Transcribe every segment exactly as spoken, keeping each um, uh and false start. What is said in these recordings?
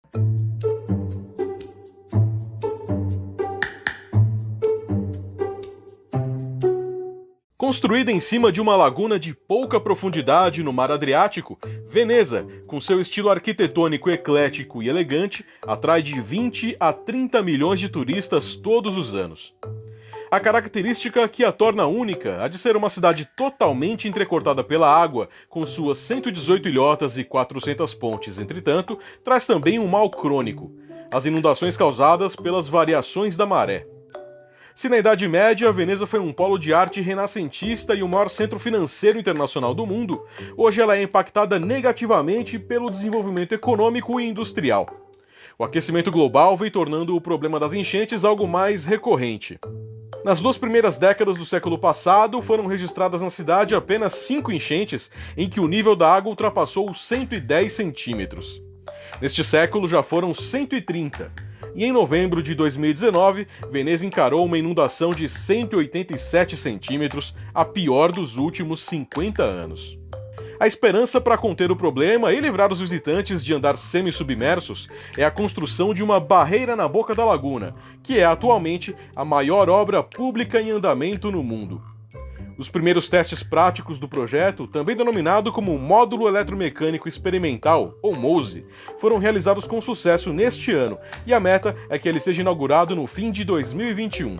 Construída em cima de uma laguna de pouca profundidade no Mar Adriático, Veneza, com seu estilo arquitetônico eclético e elegante, atrai de vinte a trinta milhões de turistas todos os anos. A característica que a torna única, a de ser uma cidade totalmente entrecortada pela água, com suas cento e dezoito ilhotas e quatrocentas pontes, entretanto, traz também um mal crônico: as inundações causadas pelas variações da maré. Se na Idade Média, Veneza foi um polo de arte renascentista e o maior centro financeiro internacional do mundo, hoje ela é impactada negativamente pelo desenvolvimento econômico e industrial. O aquecimento global vem tornando o problema das enchentes algo mais recorrente. Nas duas primeiras décadas do século passado, foram registradas na cidade apenas cinco enchentes em que o nível da água ultrapassou os cento e dez centímetros. Neste século já foram cento e trinta. E em novembro de dois mil e dezenove, Veneza encarou uma inundação de cento e oitenta e sete centímetros, a pior dos últimos cinquenta anos. A esperança para conter o problema e livrar os visitantes de andar semi-submersos é a construção de uma barreira na boca da laguna, que é atualmente a maior obra pública em andamento no mundo. Os primeiros testes práticos do projeto, também denominado como Módulo Eletromecânico Experimental, ou MOSE, foram realizados com sucesso neste ano, e a meta é que ele seja inaugurado no fim de dois mil e vinte e um.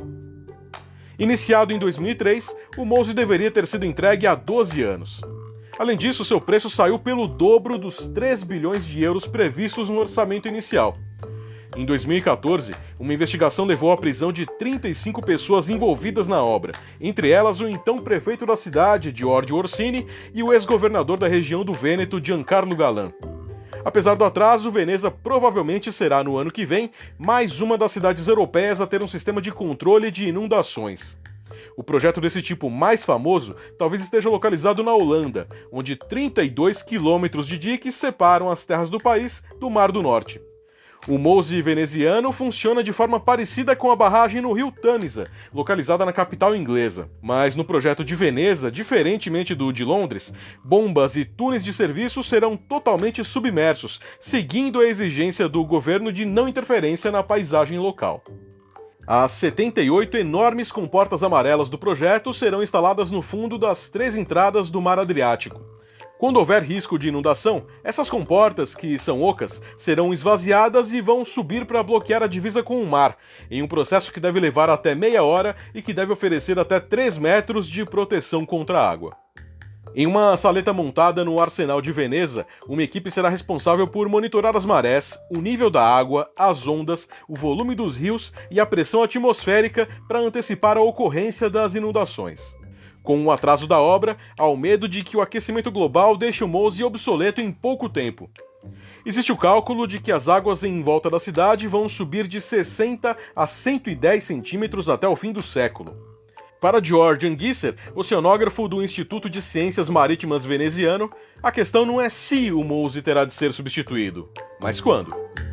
Iniciado em dois mil e três, o MOSE deveria ter sido entregue há doze anos. Além disso, seu preço saiu pelo dobro dos três bilhões de euros previstos no orçamento inicial. Em dois mil e quatorze, uma investigação levou à prisão de trinta e cinco pessoas envolvidas na obra, entre elas o então prefeito da cidade, Giorgio Orsini, e o ex-governador da região do Vêneto, Giancarlo Galan. Apesar do atraso, Veneza provavelmente será, no ano que vem, mais uma das cidades europeias a ter um sistema de controle de inundações. O projeto desse tipo mais famoso talvez esteja localizado na Holanda, onde trinta e dois quilômetros de diques separam as terras do país do Mar do Norte. O MOSE veneziano funciona de forma parecida com a barragem no rio Tamisa, localizada na capital inglesa. Mas no projeto de Veneza, diferentemente do de Londres, bombas e túneis de serviço serão totalmente submersos, seguindo a exigência do governo de não interferência na paisagem local. As setenta e oito enormes comportas amarelas do projeto serão instaladas no fundo das três entradas do Mar Adriático. Quando houver risco de inundação, essas comportas, que são ocas, serão esvaziadas e vão subir para bloquear a divisa com o mar, em um processo que deve levar até meia hora e que deve oferecer até três metros de proteção contra a água. Em uma saleta montada no Arsenal de Veneza, uma equipe será responsável por monitorar as marés, o nível da água, as ondas, o volume dos rios e a pressão atmosférica para antecipar a ocorrência das inundações. Com o atraso da obra, há o medo de que o aquecimento global deixe o MOSE obsoleto em pouco tempo. Existe o cálculo de que as águas em volta da cidade vão subir de sessenta a cento e dez centímetros até o fim do século. Para Georgian Gisser, oceanógrafo do Instituto de Ciências Marítimas veneziano, a questão não é se o MOSE terá de ser substituído, mas quando.